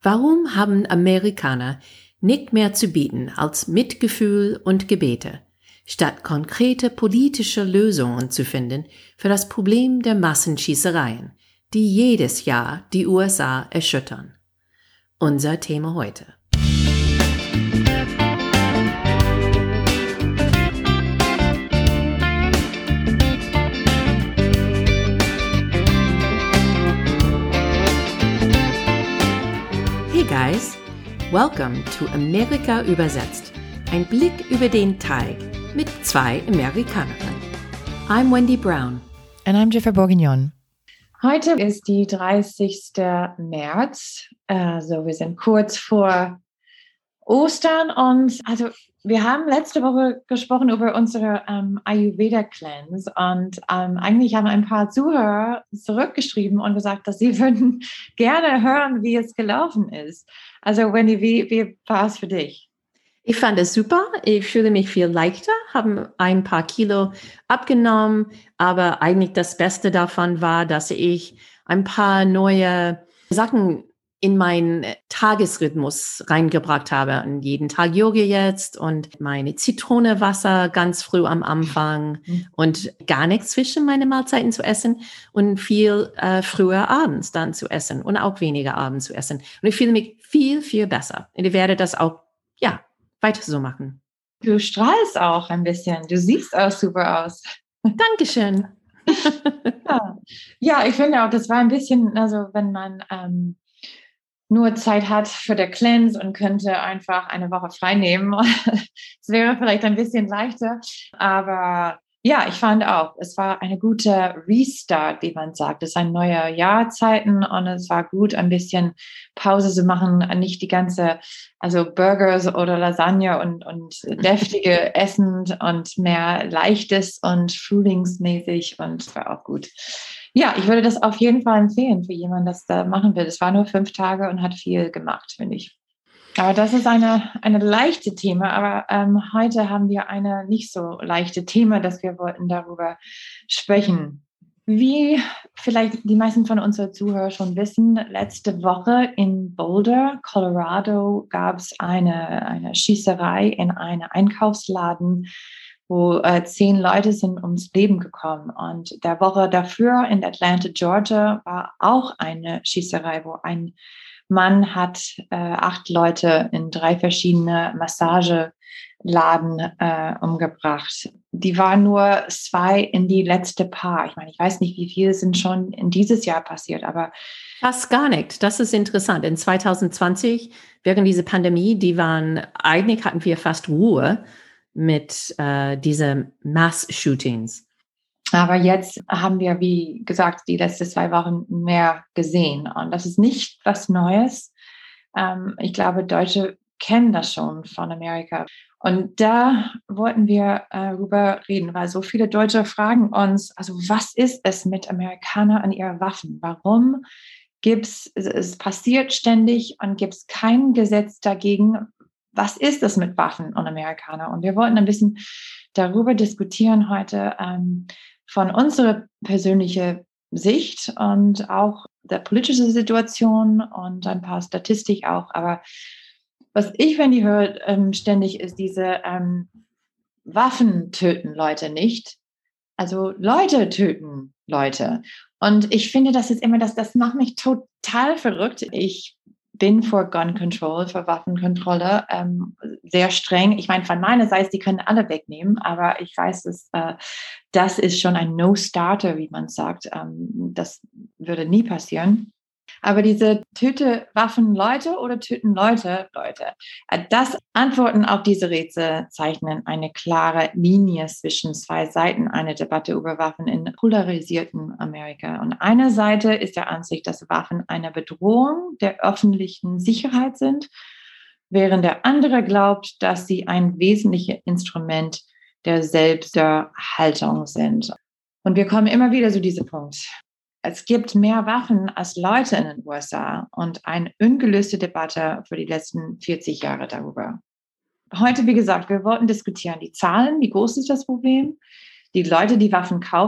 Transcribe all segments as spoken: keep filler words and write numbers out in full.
Warum haben Amerikaner nicht mehr zu bieten als Mitgefühl und Gebete, statt konkrete politische Lösungen zu finden für das Problem der Massenschießereien, die jedes Jahr die U S A erschüttern? Unser Thema heute. Hey guys, welcome to Amerika übersetzt. Ein Blick über den Teig mit zwei Amerikanerinnen. I'm Wendy Brown. And I'm Jennifer Bourguignon. Heute ist die dreißigster März, also wir sind kurz vor Ostern und also wir haben letzte Woche gesprochen über unsere ähm, Ayurveda-Cleanse und ähm, eigentlich haben ein paar Zuhörer zurückgeschrieben und gesagt, dass sie würden gerne hören, wie es gelaufen ist. Also Wendy, wie, wie war es für dich? Ich fand es super. Ich fühle mich viel leichter, habe ein paar Kilo abgenommen, aber eigentlich das Beste davon war, dass ich ein paar neue Sachen in meinen Tagesrhythmus reingebracht habe. Und jeden Tag Yoga jetzt und meine Zitronenwasser ganz früh am Anfang und gar nichts zwischen meine Mahlzeiten zu essen und viel äh, früher abends dann zu essen und auch weniger abends zu essen. Und ich fühle mich viel, viel besser. Und ich werde das auch, ja, weiter so machen. Du strahlst auch ein bisschen. Du siehst auch super aus. Dankeschön. ja. ja, ich finde auch, das war ein bisschen, also wenn man ähm, nur Zeit hat für der Cleanse und könnte einfach eine Woche frei nehmen. Es wäre vielleicht ein bisschen leichter. Aber ja, ich fand auch, es war eine gute Restart, wie man sagt. Es ist ein neuer Jahrzeiten und es war gut, ein bisschen Pause zu machen, nicht die ganze, also Burgers oder Lasagne und, und deftige Essen und mehr Leichtes und frühlingsmäßig und es war auch gut. Ja, ich würde das auf jeden Fall empfehlen für jemanden, das da machen will. Es war nur fünf Tage und hat viel gemacht, finde ich. Aber das ist eine, eine leichte Thema. Aber ähm, heute haben wir eine nicht so leichte Thema, dass wir wollten darüber sprechen. Wie vielleicht die meisten von unseren Zuhörern schon wissen, letzte Woche in Boulder, Colorado, gab es eine, eine Schießerei in einem Einkaufsladen, wo äh, zehn Leute sind ums Leben gekommen. Und der Woche dafür in Atlanta, Georgia, war auch eine Schießerei, wo ein Mann hat äh, acht Leute in drei verschiedene Massageladen äh, umgebracht. Die waren nur zwei in die letzte Paar. Ich meine, ich weiß nicht, wie viele sind schon in dieses Jahr passiert, aber fast gar nicht. Das ist interessant. In zwanzig zwanzig, während dieser Pandemie, die waren, eigentlich hatten wir fast Ruhe mit äh, diesen Mass-Shootings. Aber jetzt haben wir, wie gesagt, die letzten zwei Wochen mehr gesehen. Und das ist nicht was Neues. Ähm, ich glaube, Deutsche kennen das schon von Amerika. Und da wollten wir äh, darüber reden, weil so viele Deutsche fragen uns, also was ist es mit Amerikanern und ihren Waffen? Warum gibt's, es passiert ständig und gibt es kein Gesetz dagegen? Was ist es mit Waffen und Amerikanern? Und wir wollten ein bisschen darüber diskutieren heute, ähm, von unserer persönlichen Sicht und auch der politischen Situation und ein paar Statistik auch. Aber was ich, wenn die hört, ähm, ständig ist diese ähm, Waffen töten Leute nicht. Also Leute töten Leute. Und ich finde, das ist immer das, das macht mich total verrückt. Ich bin für Gun Control, für Waffenkontrolle ähm, sehr streng. Ich meine, von meiner Seite, die können alle wegnehmen, aber ich weiß, dass, äh, das ist schon ein No-Starter, wie man sagt. Ähm, das würde nie passieren. Aber diese töte Waffen Leute oder töten Leute Leute, das Antworten auf diese Rätsel zeichnen eine klare Linie zwischen zwei Seiten einer Debatte über Waffen in polarisierten Amerika. Und eine Seite ist der Ansicht, dass Waffen eine Bedrohung der öffentlichen Sicherheit sind, während der andere glaubt, dass sie ein wesentliches Instrument der Selbsterhaltung sind. Und wir kommen immer wieder zu diesem Punkt. Es gibt mehr Waffen als Leute in den U S A und eine ungelöste Debatte für die letzten vierzig Jahre darüber. Heute, wie gesagt, wir wollten diskutieren die Zahlen, wie groß ist das Problem, die Leute, die Waffen kaufen,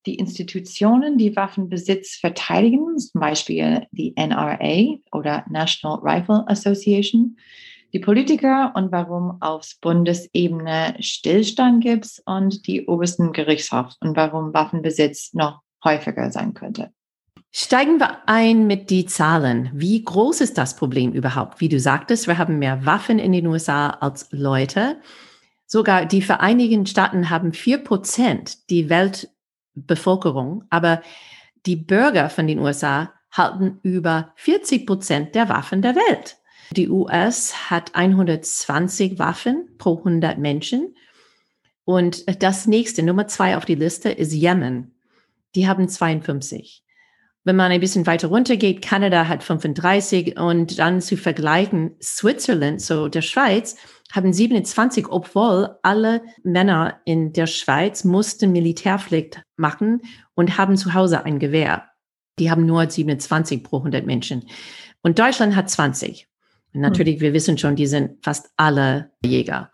die Institutionen, die Waffenbesitz verteidigen, zum Beispiel die N R A oder National Rifle Association, die Politiker und warum auf Bundesebene Stillstand gibt und die obersten Gerichtshof und warum Waffenbesitz noch häufiger sein könnte. Steigen wir ein mit die Zahlen. Wie groß ist das Problem überhaupt? Wie du sagtest, wir haben mehr Waffen in den U S A als Leute. Sogar die Vereinigten Staaten haben vier Prozent die Weltbevölkerung, aber die Bürger von den U S A halten über vierzig Prozent der Waffen der Welt. Die U S hat hundertzwanzig Waffen pro hundert Menschen. Und das nächste, Nummer zwei auf die Liste, ist Jemen. Die haben zweiundfünfzig. Wenn man ein bisschen weiter runter geht, Kanada hat fünfunddreißig und dann zu vergleichen, Switzerland, so der Schweiz, haben siebenundzwanzig, obwohl alle Männer in der Schweiz mussten Militärpflicht machen und haben zu Hause ein Gewehr. Die haben nur siebenundzwanzig pro hundert Menschen. Und Deutschland hat zwanzig. Und natürlich, wir wissen schon, die sind fast alle Jäger.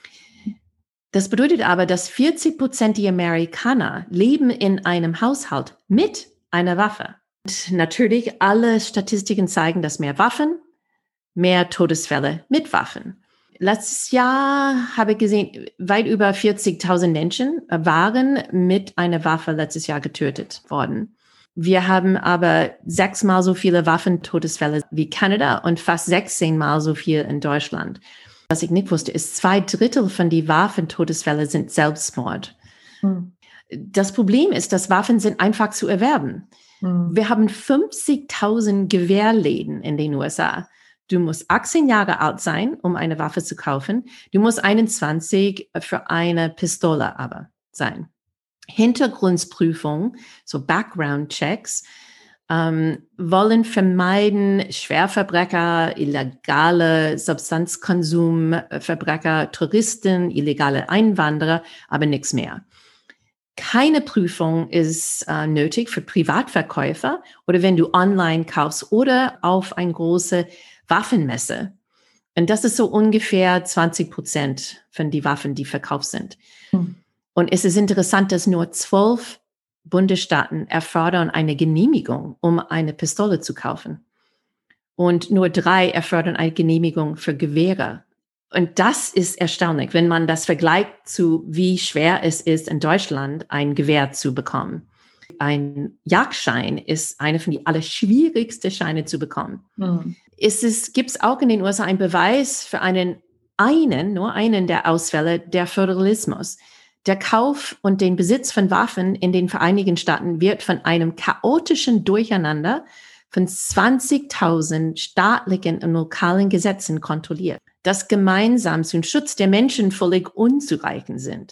Das bedeutet aber, dass vierzig Prozent der Amerikaner leben in einem Haushalt mit einer Waffe. Und natürlich, alle Statistiken zeigen, dass mehr Waffen, mehr Todesfälle mit Waffen. Letztes Jahr habe ich gesehen, weit über vierzigtausend Menschen waren mit einer Waffe letztes Jahr getötet worden. Wir haben aber sechsmal so viele Waffentodesfälle wie Kanada und fast sechzehnmal so viel in Deutschland. Was ich nicht wusste, ist, zwei Drittel von den Waffentodesfällen sind Selbstmord. Hm. Das Problem ist, dass Waffen sind einfach zu erwerben. Hm. Wir haben fünfzigtausend Gewehrläden in den U S A. Du musst achtzehn Jahre alt sein, um eine Waffe zu kaufen. Du musst einundzwanzig für eine Pistole aber sein. Hintergrundprüfung, so Background-Checks, ähm, wollen vermeiden Schwerverbrecher, illegale Substanzkonsum, Verbrecher, Touristen, illegale Einwanderer, aber nichts mehr. Keine Prüfung ist äh, nötig für Privatverkäufer oder wenn du online kaufst oder auf eine große Waffenmesse. Und das ist so ungefähr zwanzig Prozent von den Waffen, die verkauft sind. Hm. Und es ist interessant, dass nur zwölf Bundesstaaten erfordern eine Genehmigung, um eine Pistole zu kaufen. Und nur drei erfordern eine Genehmigung für Gewehre. Und das ist erstaunlich, wenn man das vergleicht zu, wie schwer es ist, in Deutschland ein Gewehr zu bekommen. Ein Jagdschein ist eine von den allerschwierigsten Scheine zu bekommen. Mhm. Ist es, gibt es auch in den U S A einen Beweis für einen, einen, nur einen der Ausfälle, der Föderalismus. Der Kauf und den Besitz von Waffen in den Vereinigten Staaten wird von einem chaotischen Durcheinander von zwanzigtausend staatlichen und lokalen Gesetzen kontrolliert, das gemeinsam zum Schutz der Menschen völlig unzureichend sind.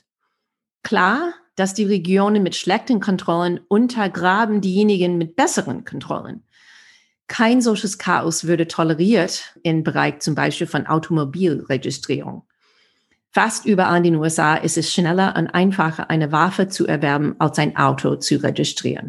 Klar, dass die Regionen mit schlechten Kontrollen untergraben diejenigen mit besseren Kontrollen. Kein solches Chaos würde toleriert im Bereich zum Beispiel von Automobilregistrierung. Fast überall in den U S A ist es schneller und einfacher, eine Waffe zu erwerben, als ein Auto zu registrieren.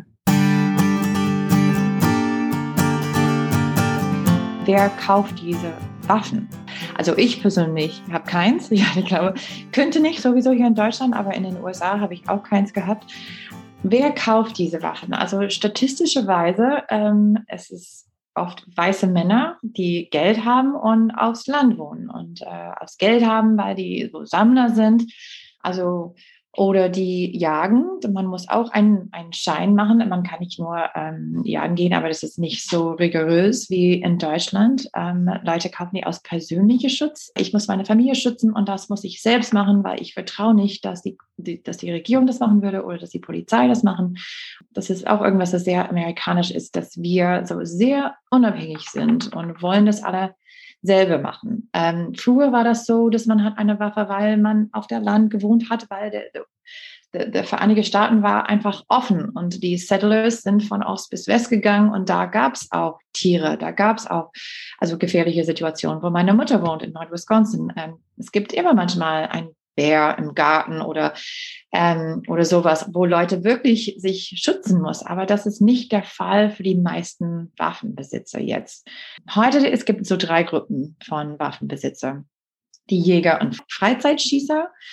Wer kauft diese Waffen? Also ich persönlich habe keins. Ja, ich glaube, könnte nicht sowieso hier in Deutschland, aber in den U S A habe ich auch keins gehabt. Wer kauft diese Waffen? Also statistischerweise, ähm, es ist oft weiße Männer, die Geld haben und aufs Land wohnen und äh, aufs Geld haben, weil die so Sammler sind. Also oder die jagen. Man muss auch einen, einen Schein machen. Man kann nicht nur ähm, jagen gehen, aber das ist nicht so rigorös wie in Deutschland. Ähm, Leute kaufen die aus persönlichem Schutz. Ich muss meine Familie schützen und das muss ich selbst machen, weil ich vertraue nicht, dass die, die, dass die Regierung das machen würde oder dass die Polizei das machen. Das ist auch irgendwas, das sehr amerikanisch ist, dass wir so sehr unabhängig sind und wollen das alle selber machen. Ähm, früher war das so, dass man hat eine Waffe, weil man auf der Land gewohnt hat, weil der, der, der Vereinigte Staaten war einfach offen und die Settlers sind von Ost bis West gegangen und da gab es auch Tiere, da gab es auch also gefährliche Situationen, wo meine Mutter wohnt in Nordwisconsin. Ähm, es gibt immer manchmal ein Bär im Garten oder, ähm, oder sowas, wo Leute wirklich sich schützen muss. Aber das ist nicht der Fall für die meisten Waffenbesitzer jetzt. Heute, es gibt so drei Gruppen von Waffenbesitzer. Die Jäger und Freizeitschießer.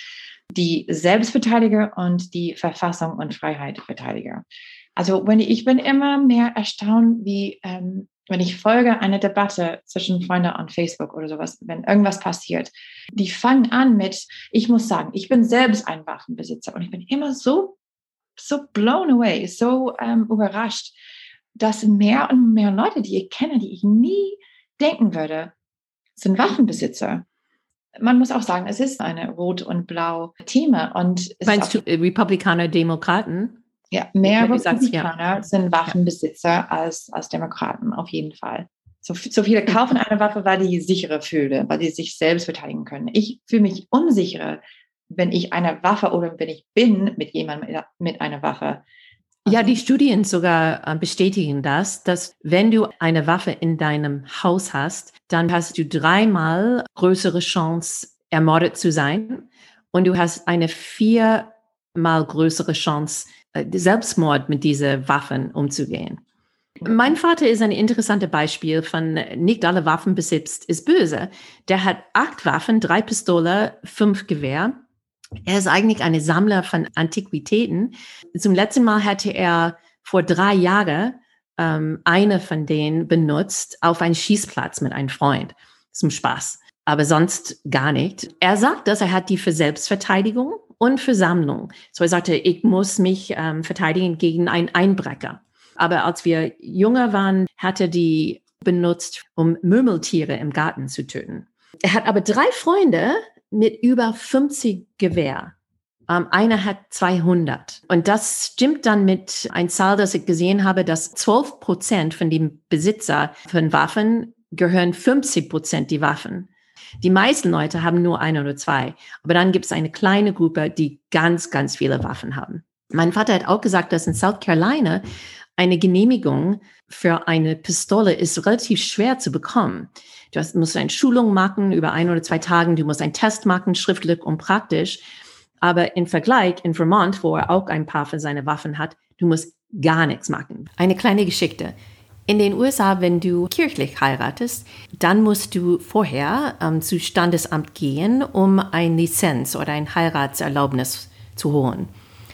die Selbstverteidiger und die Verfassung und Freiheitsverteidiger. Also wenn ich, ich bin immer mehr erstaunt, wie ähm, wenn ich folge eine Debatte zwischen Freunden an Facebook oder sowas, wenn irgendwas passiert, die fangen an mit, ich muss sagen, ich bin selbst ein Waffenbesitzer und ich bin immer so, so blown away, so ähm, überrascht, dass mehr und mehr Leute, die ich kenne, die ich nie denken würde, sind Waffenbesitzer. Man muss auch sagen, es ist eine Rot- und Blau-Thema. Und es Meinst ist du Republikaner, Demokraten? ja, mehr Du sagst, Republikaner ja. sind Waffenbesitzer ja. als, als Demokraten, auf jeden Fall. So, so viele kaufen eine Waffe, weil die sich sicherer fühlen, weil die sich selbst verteidigen können. Ich fühle mich unsicherer, wenn ich eine Waffe oder wenn ich bin mit jemandem mit einer Waffe. Ja, die Studien sogar bestätigen das, dass wenn du eine Waffe in deinem Haus hast, dann hast du dreimal größere Chance, ermordet zu sein und du hast eine viermal größere Chance, Selbstmord mit diesen Waffen umzugehen. Mein Vater ist ein interessantes Beispiel von nicht alle Waffenbesitz ist böse. Der hat acht Waffen, drei Pistolen, fünf Gewehr. Er ist eigentlich ein Sammler von Antiquitäten. Zum letzten Mal hatte er vor drei Jahren ähm, eine von denen benutzt auf einen Schießplatz mit einem Freund zum Spaß, aber sonst gar nicht. Er sagt, dass er hat die für Selbstverteidigung und für Sammlung. So er sagte, ich muss mich ähm, verteidigen gegen einen Einbrecher. Aber als wir jünger waren, hat er die benutzt, um Murmeltiere im Garten zu töten. Er hat aber drei Freunde mit über fünfzig Gewehr. Um, einer hat zweihundert. Und das stimmt dann mit einer Zahl, dass ich gesehen habe, dass zwölf Prozent von den Besitzer von Waffen gehören fünfzig Prozent die Waffen. Die meisten Leute haben nur ein oder zwei. Aber dann gibt es eine kleine Gruppe, die ganz, ganz viele Waffen haben. Mein Vater hat auch gesagt, dass in South Carolina eine Genehmigung für eine Pistole ist relativ schwer zu bekommen. Du hast, musst eine Schulung machen über ein oder zwei Tagen. Du musst einen Test machen, schriftlich und praktisch. Aber im Vergleich in Vermont, wo er auch ein paar von seinen Waffen hat, du musst gar nichts machen. Eine kleine Geschichte. In den U S A, wenn du kirchlich heiratest, dann musst du vorher ähm, zu Standesamt gehen, um eine Lizenz oder ein Heiratserlaubnis zu holen.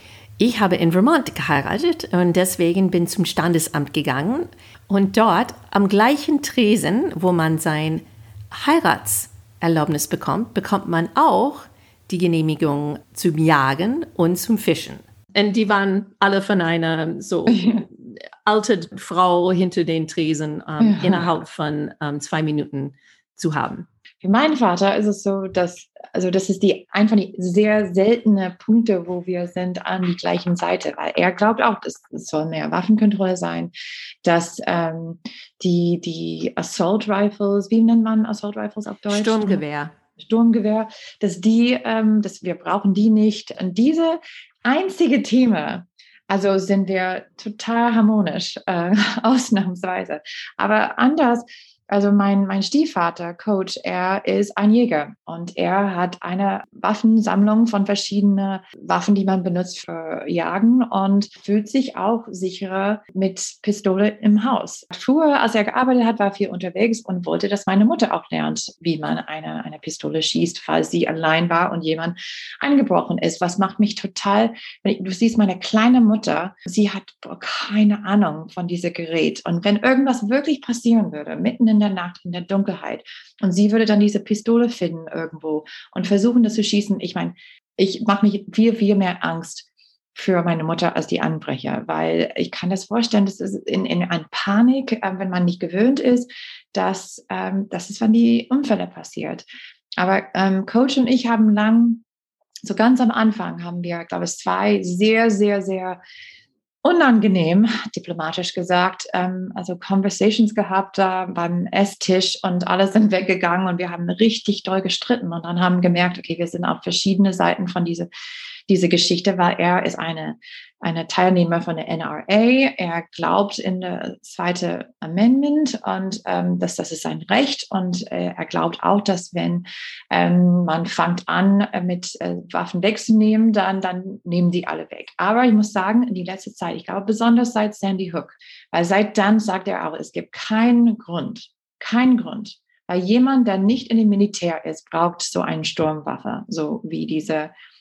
Ich habe in Vermont geheiratet und deswegen bin zum Standesamt gegangen und dort am gleichen Tresen, wo man sein Heiratserlaubnis bekommt, bekommt man auch die Genehmigung zum Jagen und zum Fischen. Und die waren alle von einer so alte Frau hinter den Tresen ähm, ja. innerhalb von ähm, zwei Minuten zu haben. Für meinen Vater ist es so, dass, also das ist die einfach die sehr seltene Punkte, wo wir sind an die gleichen Seite, weil er glaubt auch, es soll mehr Waffenkontrolle sein, dass ähm, die, die Assault Rifles, wie nennt man Assault Rifles auf Deutsch? Sturmgewehr. Sturmgewehr, dass die, ähm, dass wir brauchen die nicht. Und diese einzige Thema, also sind wir total harmonisch, äh, ausnahmsweise. Aber anders, also mein, mein Stiefvater, Coach, er ist ein Jäger und er hat eine Waffensammlung von verschiedenen Waffen, die man benutzt für Jagen und fühlt sich auch sicherer mit Pistole im Haus. Früher, als er gearbeitet hat, war viel unterwegs und wollte, dass meine Mutter auch lernt, wie man eine, eine Pistole schießt, falls sie allein war und jemand eingebrochen ist. Was macht mich total, du siehst meine kleine Mutter, sie hat boah, keine Ahnung von diesem Gerät. Und wenn irgendwas wirklich passieren würde, mitten in der Nacht, in der Dunkelheit, und sie würde dann diese Pistole finden irgendwo und versuchen, das zu schießen. Ich meine, ich mache mich viel, viel mehr Angst für meine Mutter als die Anbrecher, weil ich kann das vorstellen, das ist in, in eine Panik, äh, wenn man nicht gewöhnt ist, dass ähm, das ist, wenn die Unfälle passiert. Aber ähm, Coach und ich haben lang, so ganz am Anfang haben wir, glaube ich, zwei sehr, sehr, sehr unangenehm, diplomatisch gesagt, ähm, also Conversations gehabt äh, beim Esstisch und alle sind weggegangen und wir haben richtig doll gestritten und dann haben gemerkt, okay, wir sind auf verschiedene Seiten von dieser diese Geschichte, weil er ist eine, eine Teilnehmer von der N R A. Er glaubt in das zweite Amendment und ähm, dass das ist sein Recht und äh, er glaubt auch, dass wenn ähm, man fängt an, äh, mit äh, Waffen wegzunehmen, dann, dann nehmen die alle weg. Aber ich muss sagen, in die letzte Zeit, ich glaube besonders seit Sandy Hook, weil seit dann sagt er auch, es gibt keinen Grund, keinen Grund, weil jemand, der nicht in dem Militär ist, braucht so eine Sturmwaffe, so wie diese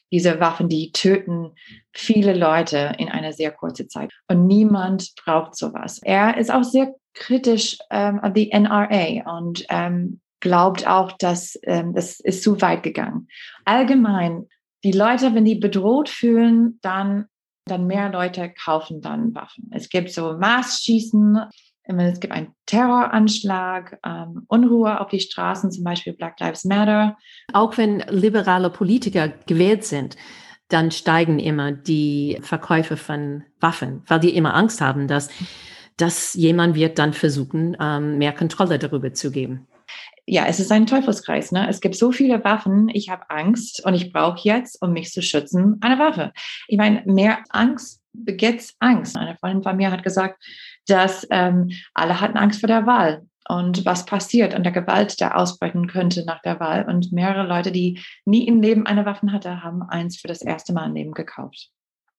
Diese Waffen, die töten viele Leute in einer sehr kurzen Zeit. Und niemand braucht sowas. Er ist auch sehr kritisch ähm, an die N R A und ähm, glaubt auch, dass ähm, das ist zu weit gegangen. Allgemein, die Leute, wenn die bedroht fühlen, dann, dann mehr Leute kaufen dann Waffen. Es gibt so Massschießen, es gibt einen Terroranschlag, ähm, Unruhe auf die Straßen, zum Beispiel Black Lives Matter. Auch wenn liberale Politiker gewählt sind, dann steigen immer die Verkäufe von Waffen, weil die immer Angst haben, dass, dass jemand wird dann versuchen, ähm, mehr Kontrolle darüber zu geben. Ja, es ist ein Teufelskreis. Ne? Es gibt so viele Waffen, ich habe Angst und ich brauche jetzt, um mich zu schützen, eine Waffe. Ich meine, mehr Angst begetzt Angst. Eine Freundin von mir hat gesagt, dass ähm, alle hatten Angst vor der Wahl und was passiert an der Gewalt, der ausbrechen könnte nach der Wahl. Und mehrere Leute, die nie im Leben eine Waffe hatten, haben eins für das erste Mal im Leben gekauft.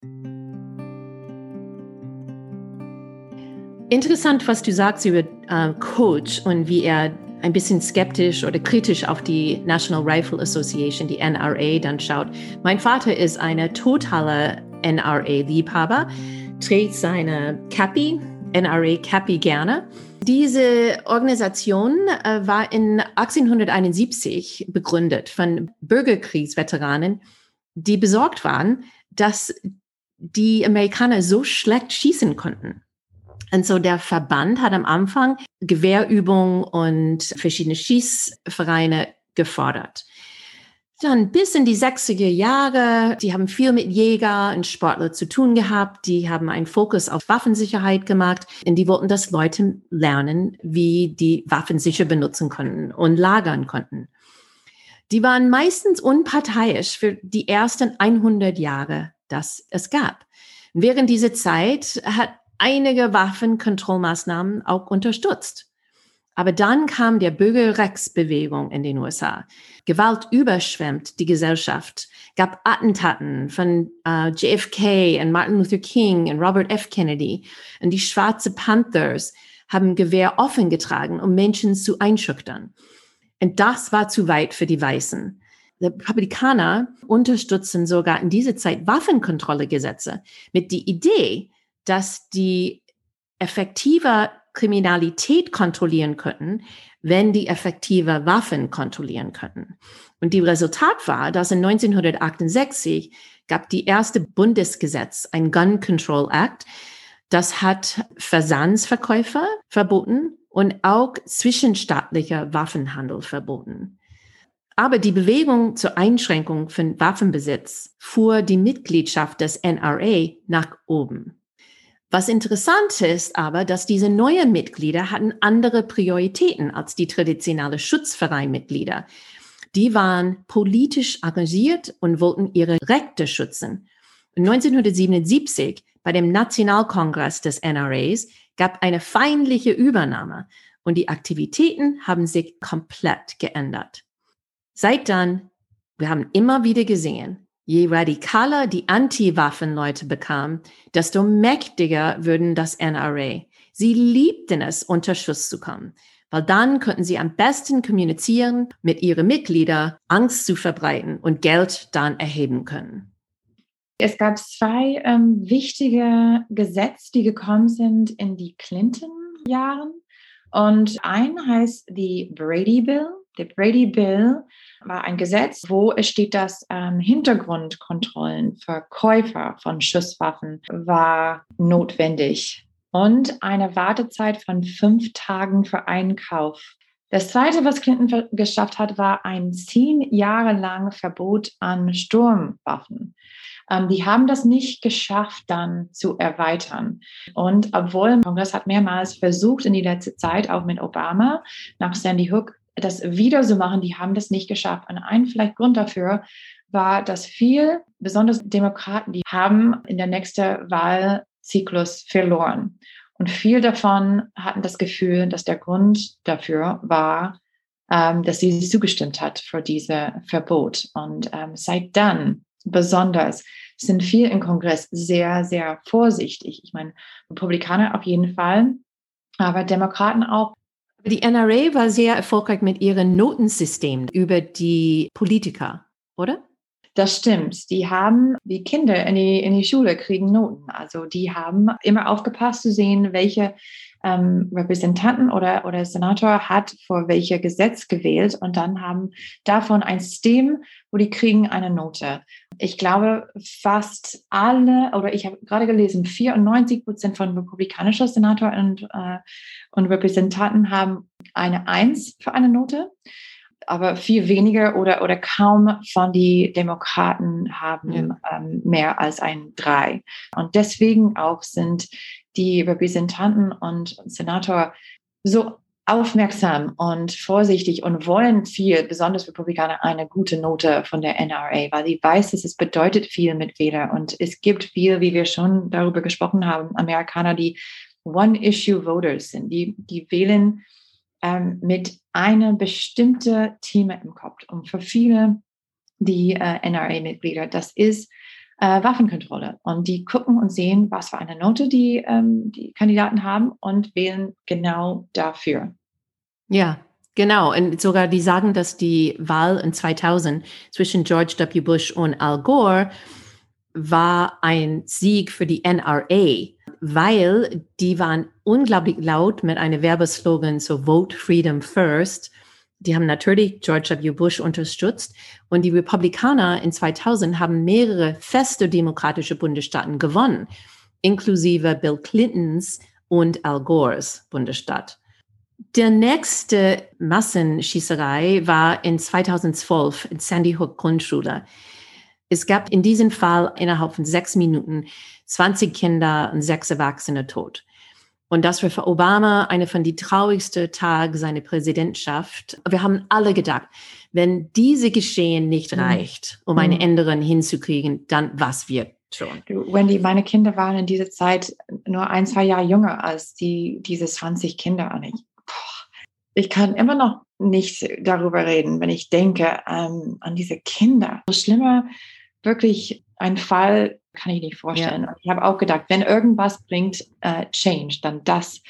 Interessant, was du sagst über äh, Coach und wie er ein bisschen skeptisch oder kritisch auf die National Rifle Association, die N R A, dann schaut. Mein Vater ist eine totale N R A-Liebhaber, trägt seine Cappy, N R A Cappy gerne. Diese Organisation äh, war in achtzehnhunderteinundsiebzig begründet von Bürgerkriegsveteranen, die besorgt waren, dass die Amerikaner so schlecht schießen konnten. Und so der Verband hat am Anfang Gewehrübungen und verschiedene Schießvereine gefordert. Dann bis in die sechziger Jahre, die haben viel mit Jäger und Sportler zu tun gehabt. Die haben einen Fokus auf Waffensicherheit gemacht und die wollten, dass Leute lernen, wie die Waffen sicher benutzen konnten und lagern konnten. Die waren meistens unparteiisch für die ersten hundert Jahre, das es gab. Während dieser Zeit hat einige Waffenkontrollmaßnahmen auch unterstützt. Aber dann kam der Bürgerrechtsbewegung in den U S A. Gewalt überschwemmt die Gesellschaft, gab Attentaten von uh, J F K und Martin Luther King und Robert F. Kennedy. Und die Schwarze Panthers haben Gewehr offen getragen, um Menschen zu einschüchtern. Und das war zu weit für die Weißen. Die Republikaner unterstützen sogar in dieser Zeit Waffenkontrollegesetze mit der Idee, dass die effektive Kriminalität kontrollieren könnten, wenn die effektive Waffen kontrollieren könnten. Und die Resultat war, dass in neunzehnhundertachtundsechzig gab die erste Bundesgesetz, ein Gun Control Act, das hat Versandsverkäufe verboten und auch zwischenstaatlicher Waffenhandel verboten. Aber die Bewegung zur Einschränkung von Waffenbesitz fuhr die Mitgliedschaft des N R A nach oben. Was interessant ist aber, dass diese neuen Mitglieder hatten andere Prioritäten als die traditionelle Schutzvereinmitglieder. Die waren politisch engagiert und wollten ihre Rechte schützen. neunzehnhundertsiebenundsiebzig, bei dem Nationalkongress des N R As, gab eine feindliche Übernahme und die Aktivitäten haben sich komplett geändert. Seit dann, wir haben immer wieder gesehen, je radikaler die Anti-Waffen-Leute bekamen, desto mächtiger würden das N R A. Sie liebten es, unter Schuss zu kommen, weil dann könnten sie am besten kommunizieren mit ihren Mitgliedern, Angst zu verbreiten und Geld dann erheben können. Es gab zwei ähm, wichtige Gesetze, die gekommen sind in die Clinton-Jahren. Und ein heißt die Brady Bill. Der Brady Bill war ein Gesetz, wo es steht, dass ähm, Hintergrundkontrollen für Käufer von Schusswaffen war notwendig und eine Wartezeit von fünf Tagen für Einkauf. Das Zweite, was Clinton geschafft hat, war ein zehn Jahre langes Verbot an Sturmwaffen. Ähm, die haben das nicht geschafft, dann zu erweitern. Und obwohl der Kongress hat mehrmals versucht in die letzte Zeit, auch mit Obama, nach Sandy Hook, das wieder zu machen, die haben das nicht geschafft. Und ein vielleicht Grund dafür war, dass viel, besonders Demokraten, die haben in der nächsten Wahlzyklus verloren. Und viel davon hatten das Gefühl, dass der Grund dafür war, ähm, dass sie zugestimmt hat für dieses Verbot. Und ähm, seit dann besonders sind viele im Kongress sehr, sehr vorsichtig. Ich meine, Republikaner auf jeden Fall, aber Demokraten auch. Die N R A war sehr erfolgreich mit ihrem Notensystem über die Politiker, oder? Das stimmt. Die haben, die Kinder in die, in die Schule kriegen Noten. Also die haben immer aufgepasst zu sehen, welche ähm, Repräsentanten oder, oder Senator hat vor welcher Gesetz gewählt und dann haben davon ein System, wo die kriegen eine Note. Ich glaube, fast alle, oder ich habe gerade gelesen, vierundneunzig Prozent von republikanischen Senatoren und, äh, und Repräsentanten haben eine Eins für eine Note. Aber viel weniger oder, oder kaum von die Demokraten haben ja. ähm, mehr als ein Drei. Und deswegen auch sind die Repräsentanten und Senator so aufmerksam und vorsichtig und wollen viel, besonders Republikaner, eine gute Note von der N R A, weil sie weiß, dass es bedeutet viel mit Wähler. Und es gibt viel, wie wir schon darüber gesprochen haben, Amerikaner, die One-Issue-Voters sind, die, die wählen ähm, mit einem bestimmten Thema im Kopf. Und für viele, die äh, N R A-Mitglieder, das ist äh, Waffenkontrolle. Und die gucken und sehen, was für eine Note die, ähm, die Kandidaten haben und wählen genau dafür. Ja, genau. Und sogar die sagen, dass die Wahl in zweitausend zwischen George W. Bush und Al Gore war ein Sieg für die N R A, weil die waren unglaublich laut mit einem Werbeslogan, so Vote Freedom First. Die haben natürlich George W. Bush unterstützt und die Republikaner in zweitausend haben mehrere feste demokratische Bundesstaaten gewonnen, inklusive Bill Clintons und Al Gores Bundesstaat. Der nächste Massenschießerei war in zweitausendzwölf in Sandy Hook Grundschule. Es gab in diesem Fall innerhalb von sechs Minuten zwanzig Kinder und sechs Erwachsene tot. Und das war für Obama eine von den traurigsten Tagen seiner Präsidentschaft. Wir haben alle gedacht, wenn diese Geschehen nicht reicht, um eine Änderung hinzukriegen, dann was wird schon? Wendy, meine Kinder waren in dieser Zeit nur ein, zwei Jahre jünger als die, diese zwanzig Kinder. Und ich, ich kann immer noch nicht darüber reden, wenn ich denke ähm, an diese Kinder. So schlimmer, wirklich ein Fall kann ich nicht vorstellen. Ja. Ich habe auch gedacht, wenn irgendwas bringt äh, Change, dann das,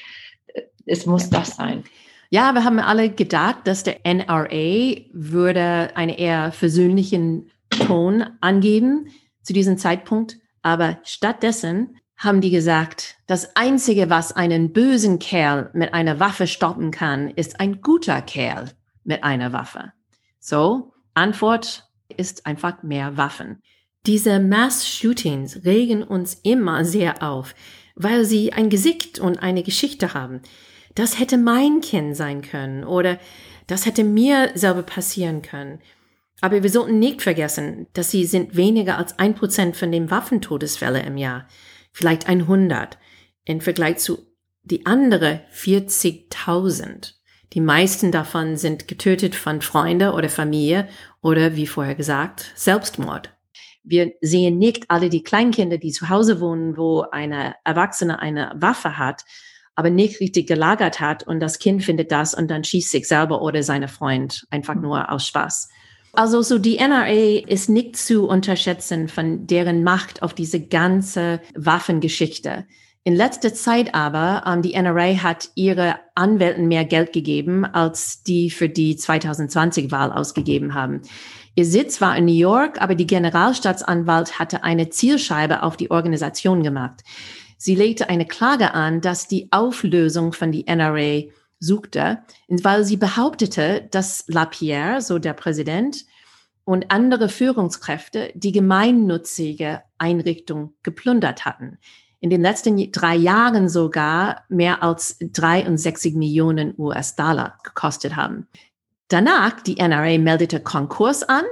es muss ja. das sein. Ja, wir haben alle gedacht, dass der N R A würde einen eher versöhnlichen Ton angeben zu diesem Zeitpunkt. Aber stattdessen haben die gesagt, das Einzige, was einen bösen Kerl mit einer Waffe stoppen kann, ist ein guter Kerl mit einer Waffe. So, Antwort ist einfach mehr Waffen. Diese Mass-Shootings regen uns immer sehr auf, weil sie ein Gesicht und eine Geschichte haben. Das hätte mein Kind sein können oder das hätte mir selber passieren können. Aber wir sollten nicht vergessen, dass sie sind weniger als ein Prozent von den Waffentodesfällen im Jahr. Vielleicht hundert im Vergleich zu die andere vierzigtausend. Die meisten davon sind getötet von Freunden oder Familie oder, wie vorher gesagt, Selbstmord. Wir sehen nicht alle die Kleinkinder, die zu Hause wohnen, wo eine Erwachsene eine Waffe hat, aber nicht richtig gelagert hat und das Kind findet das und dann schießt sich selber oder seine Freund einfach nur aus Spaß. Also so die N R A ist nicht zu unterschätzen von deren Macht auf diese ganze Waffengeschichte. In letzter Zeit aber, ähm, die N R A hat ihre Anwälten mehr Geld gegeben, als die für die zweitausendzwanzig-Wahl ausgegeben haben. Ihr Sitz war in New York, aber die Generalstaatsanwalt hatte eine Zielscheibe auf die Organisation gemacht. Sie legte eine Klage an, dass die Auflösung von die N R A suchte, weil sie behauptete, dass LaPierre, so der Präsident, und andere Führungskräfte die gemeinnützige Einrichtung geplündert hatten. In den letzten drei Jahren sogar mehr als dreiundsechzig Millionen U S-Dollar gekostet haben. Danach, die N R A meldete Konkurs an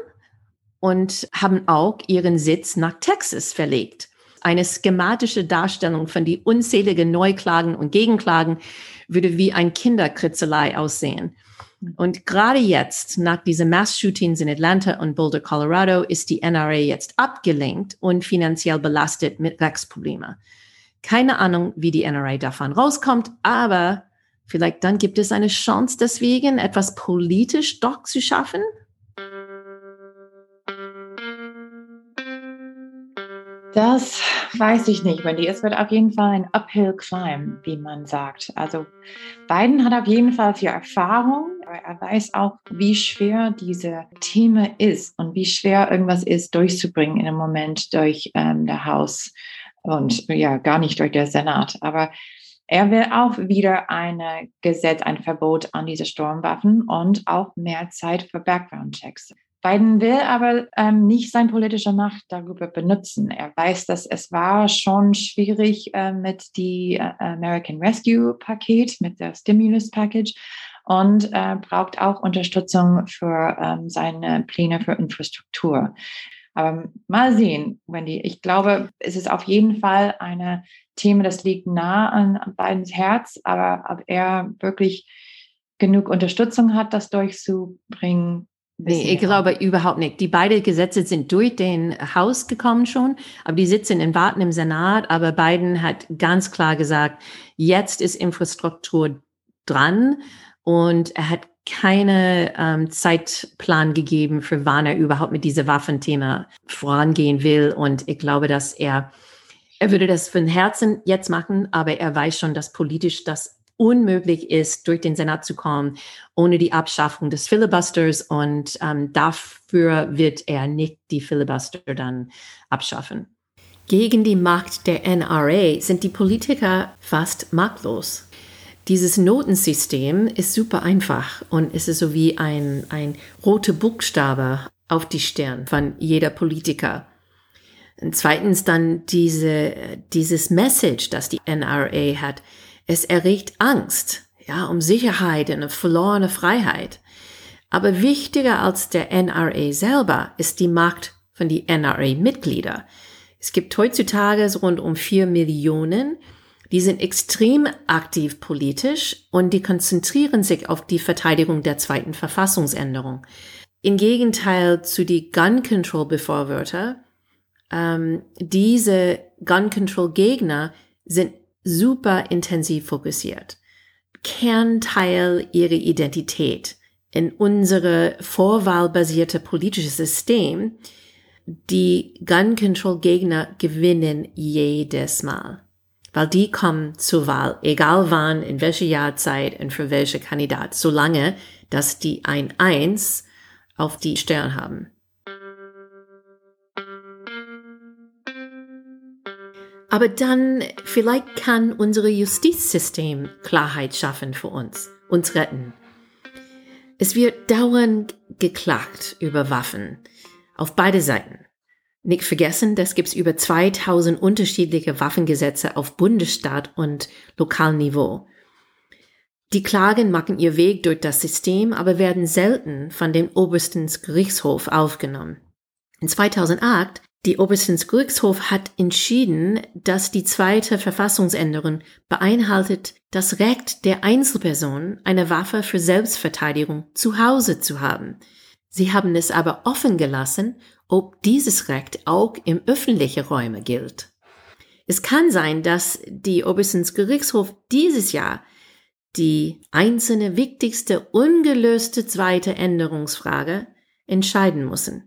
und haben auch ihren Sitz nach Texas verlegt. Eine schematische Darstellung von die unzähligen Neuklagen und Gegenklagen würde wie ein Kinderkritzelei aussehen. Und gerade jetzt, nach diesen Mass-Shootings in Atlanta und Boulder, Colorado, ist die N R A jetzt abgelenkt und finanziell belastet mit Rechtsproblemen. Keine Ahnung, wie die N R A davon rauskommt, aber vielleicht dann gibt es eine Chance deswegen, etwas politisch doch zu schaffen? Das weiß ich nicht, Wendy. Es wird auf jeden Fall ein Uphill Climb, wie man sagt. Also Biden hat auf jeden Fall viel Erfahrung, aber er weiß auch, wie schwer diese Thema ist und wie schwer irgendwas ist, durchzubringen in einem Moment durch ähm, der Haus und ja, gar nicht durch den Senat. Aber er will auch wieder ein Gesetz, ein Verbot an diese Sturmwaffen und auch mehr Zeit für Background-Checks. Biden will aber ähm, nicht seine politische Macht darüber benutzen. Er weiß, dass es war schon schwierig äh, mit dem äh, American Rescue Paket, mit der Stimulus Package und äh, braucht auch Unterstützung für ähm, seine Pläne für Infrastruktur. Aber mal sehen, Wendy. Ich glaube, es ist auf jeden Fall ein Thema, das liegt nah an, an Bidens Herz, aber ob er wirklich genug Unterstützung hat, das durchzubringen, Nee, ich glaube überhaupt nicht. Die beiden Gesetze sind durch den Haus gekommen schon, aber die sitzen in Warten im Senat. Aber Biden hat ganz klar gesagt, jetzt ist Infrastruktur dran und er hat keine ähm, Zeitplan gegeben, für wann er überhaupt mit diesem Waffenthema vorangehen will. Und ich glaube, dass er, er würde das von Herzen jetzt machen, aber er weiß schon, dass politisch das unmöglich ist, durch den Senat zu kommen, ohne die Abschaffung des Filibusters. Und ähm, dafür wird er nicht die Filibuster dann abschaffen. Gegen die Macht der N R A sind die Politiker fast machtlos. Dieses Notensystem ist super einfach und es ist so wie ein, ein roter Buchstabe auf die Stirn von jeder Politiker. Und zweitens dann diese, dieses Message, das die N R A hat. Es erregt Angst, ja, um Sicherheit und eine verlorene Freiheit. Aber wichtiger als der N R A selber ist die Macht von den N R A-Mitgliedern. Es gibt heutzutage rund um vier Millionen, die sind extrem aktiv politisch und die konzentrieren sich auf die Verteidigung der zweiten Verfassungsänderung. Im Gegenteil zu die Gun-Control-Befürworter, ähm, diese Gun-Control-Gegner sind super intensiv fokussiert. Kernteil ihrer Identität in unsere vorwahlbasierte politische System, die Gun-Control-Gegner gewinnen jedes Mal. Weil die kommen zur Wahl, egal wann, in welcher Jahrzeit und für welche Kandidat, solange, dass die ein Eins auf die Stirn haben. Aber dann vielleicht kann unser Justizsystem Klarheit schaffen für uns, uns retten. Es wird dauernd geklagt über Waffen, auf beide Seiten. Nicht vergessen, es gibt über zweitausend unterschiedliche Waffengesetze auf Bundesstaat- und Lokalniveau. Die Klagen machen ihr Weg durch das System, aber werden selten von dem obersten Gerichtshof aufgenommen. In zweitausendacht Die oberste Gerichtshof hat entschieden, dass die zweite Verfassungsänderung beinhaltet das Recht der Einzelperson, eine Waffe für Selbstverteidigung zu Hause zu haben. Sie haben es aber offen gelassen, ob dieses Recht auch im öffentlichen Räume gilt. Es kann sein, dass die oberste Gerichtshof dieses Jahr die einzelne wichtigste ungelöste zweite Änderungsfrage entscheiden müssen.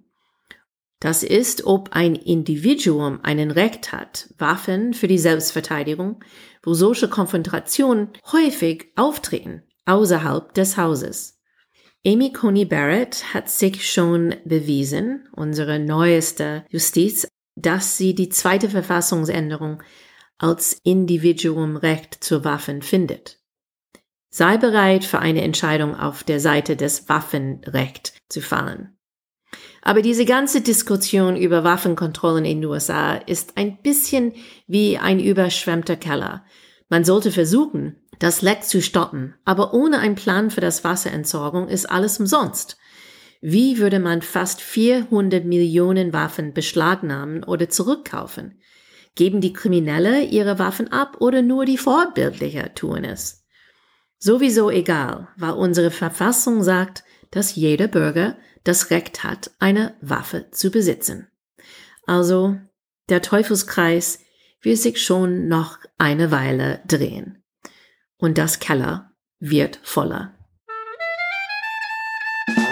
Das ist, ob ein Individuum einen Recht hat, Waffen für die Selbstverteidigung, wo solche Konfrontationen häufig auftreten, außerhalb des Hauses. Amy Coney Barrett hat sich schon bewiesen, unsere neueste Justiz, dass sie die zweite Verfassungsänderung als Individuumrecht zur Waffen findet. Sei bereit, für eine Entscheidung auf der Seite des Waffenrechts zu fallen. Aber diese ganze Diskussion über Waffenkontrollen in den U S A ist ein bisschen wie ein überschwemmter Keller. Man sollte versuchen, das Leck zu stoppen, aber ohne einen Plan für das Wasserentsorgung ist alles umsonst. Wie würde man fast vierhundert Millionen Waffen beschlagnahmen oder zurückkaufen? Geben die Kriminelle ihre Waffen ab oder nur die Vorbildlichen tun es? Sowieso egal, weil unsere Verfassung sagt, dass jeder Bürger das Recht hat, eine Waffe zu besitzen. Also, der Teufelskreis wird sich schon noch eine Weile drehen. Und das Keller wird voller.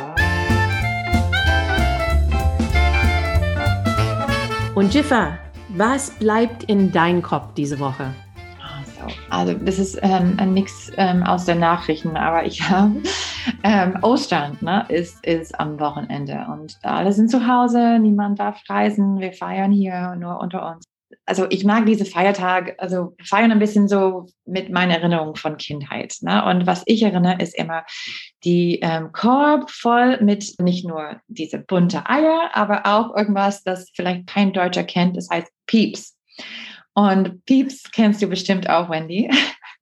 Und Jiffa, Was bleibt in deinem Kopf diese Woche? Also das ist ähm, nichts ähm, aus den Nachrichten, aber ich habe ähm, Ostern, ne, ist, ist am Wochenende und alle sind zu Hause, niemand darf reisen, wir feiern hier nur unter uns. Also ich mag diese Feiertag, also feiern ein bisschen so mit meiner Erinnerung von Kindheit. Ne? Und was ich erinnere, ist immer die ähm, Korb voll mit nicht nur diese bunte Eier, aber auch irgendwas, das vielleicht kein Deutscher kennt, das heißt Pieps. Und Pieps kennst du bestimmt auch, Wendy.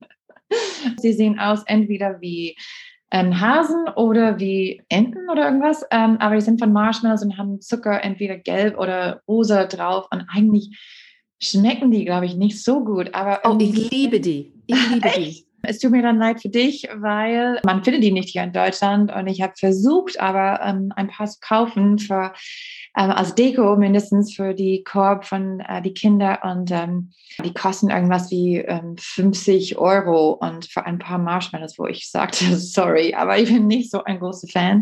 Sie sehen aus entweder wie ein Hasen oder wie Enten oder irgendwas, ähm, aber die sind von Marshmallows und haben Zucker entweder gelb oder rosa drauf und eigentlich schmecken die, glaube ich, nicht so gut. Aber oh, ich liebe die. Ich liebe die. Es tut mir dann leid für dich, weil man findet die nicht hier in Deutschland und ich habe versucht, aber ähm, ein paar zu kaufen für ähm, als Deko mindestens für die Korb von äh, die Kinder und ähm, die kosten irgendwas wie ähm, fünfzig Euro und für ein paar Marshmallows, wo ich sagte, sorry, aber ich bin nicht so ein großer Fan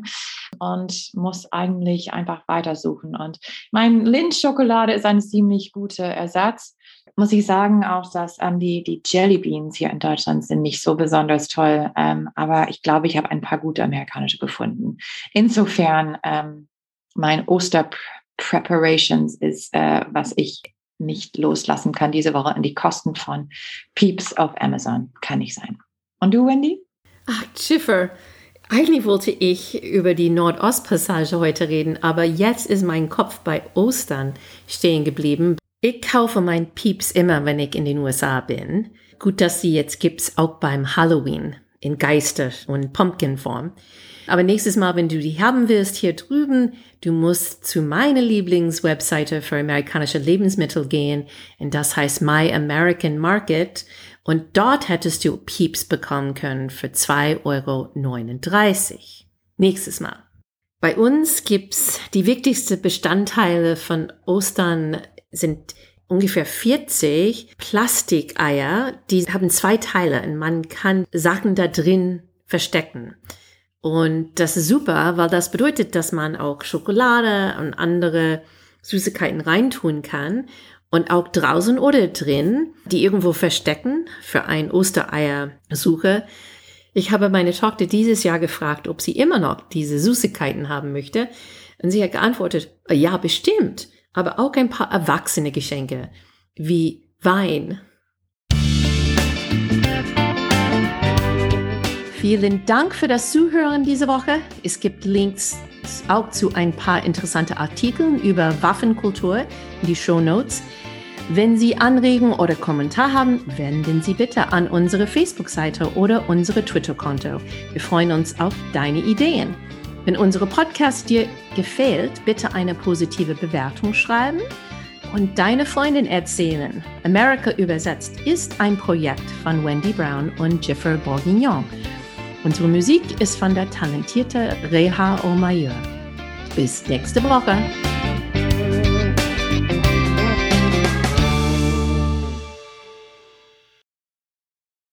und muss eigentlich einfach weitersuchen. Und mein Lindt-Schokolade ist ein ziemlich guter Ersatz. Muss ich sagen auch, dass ähm, die, die Jelly Beans hier in Deutschland sind nicht so besonders toll, ähm, aber ich glaube, ich habe ein paar gute amerikanische gefunden. Insofern, ähm, mein Oster-Preparations ist, äh, was ich nicht loslassen kann diese Woche und die Kosten von Pieps auf Amazon kann nicht sein. Und du, Wendy? Ach, Schiffer, eigentlich wollte ich über die Nordostpassage heute reden, aber jetzt ist mein Kopf bei Ostern stehen geblieben. Ich kaufe mein Pieps immer, wenn ich in den U S A bin. Gut, dass sie jetzt gibt's auch beim Halloween in Geister- und Pumpkin-Form. Aber nächstes Mal, wenn du die haben willst hier drüben, du musst zu meiner Lieblingswebseite für amerikanische Lebensmittel gehen. Und das heißt My American Market. Und dort hättest du Pieps bekommen können für zwei Euro neununddreißig. Nächstes Mal. Bei uns gibt's die wichtigsten Bestandteile von Ostern sind ungefähr vierzig Plastikeier, die haben zwei Teile und man kann Sachen da drin verstecken. Und das ist super, weil das bedeutet, dass man auch Schokolade und andere Süßigkeiten reintun kann und auch draußen oder drin, die irgendwo verstecken für ein Ostereiersuche. Ich habe meine Tochter dieses Jahr gefragt, ob sie immer noch diese Süßigkeiten haben möchte. Und sie hat geantwortet, ja, bestimmt. Aber auch ein paar erwachsene Geschenke, wie Wein. Vielen Dank für das Zuhören diese Woche. Es gibt Links auch zu ein paar interessanten Artikeln über Waffenkultur in die Shownotes. Wenn Sie Anregungen oder Kommentar haben, wenden Sie bitte an unsere Facebook-Seite oder unsere Twitter-Konto. Wir freuen uns auf deine Ideen. Wenn unsere Podcast dir gefällt, bitte eine positive Bewertung schreiben und deine Freundin erzählen. America übersetzt ist ein Projekt von Wendy Brown und Jiffer Bourguignon. Unsere Musik ist von der talentierten Reha Omayor. Bis nächste Woche.